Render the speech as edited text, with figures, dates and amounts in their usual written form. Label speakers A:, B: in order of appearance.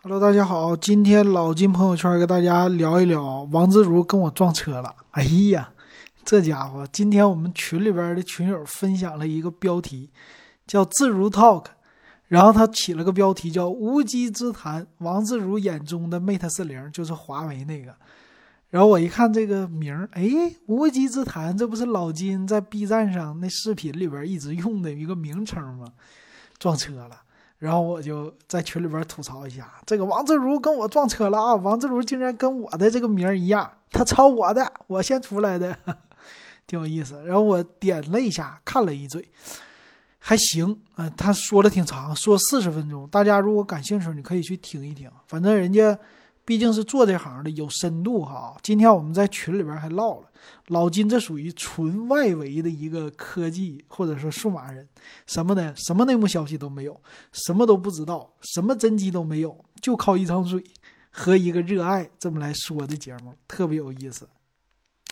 A: Hello，大家好，今天老金朋友圈跟大家聊一聊王自如跟我撞车了。哎呀，这家伙，今天我们群里边的群友分享了一个标题，叫“自如 Talk”，然后他起了个标题叫"无稽之谈：王自如眼中的 Mate 40"，就是华为那个。然后我一看这个名儿，哎，无稽之谈，这不是老金在 B 站上那视频里边一直用的一个名称吗？撞车了。然后我就在群里边吐槽一下，这个王自如跟我撞车了啊！王自如竟然跟我的这个名儿一样，他抄我的，我先出来的，挺有意思。然后我点了一下，看了一嘴，还行啊、他说的挺长，说40分钟。大家如果感兴趣，你可以去听一听。反正人家毕竟是做这行的，有深度哈。今天我们在群里边还唠了，老金这属于纯外围的一个科技或者说数码人，什么呢？什么内幕消息都没有，什么都不知道，什么真机都没有，就靠一张嘴和一个热爱这么来说的节目，特别有意思。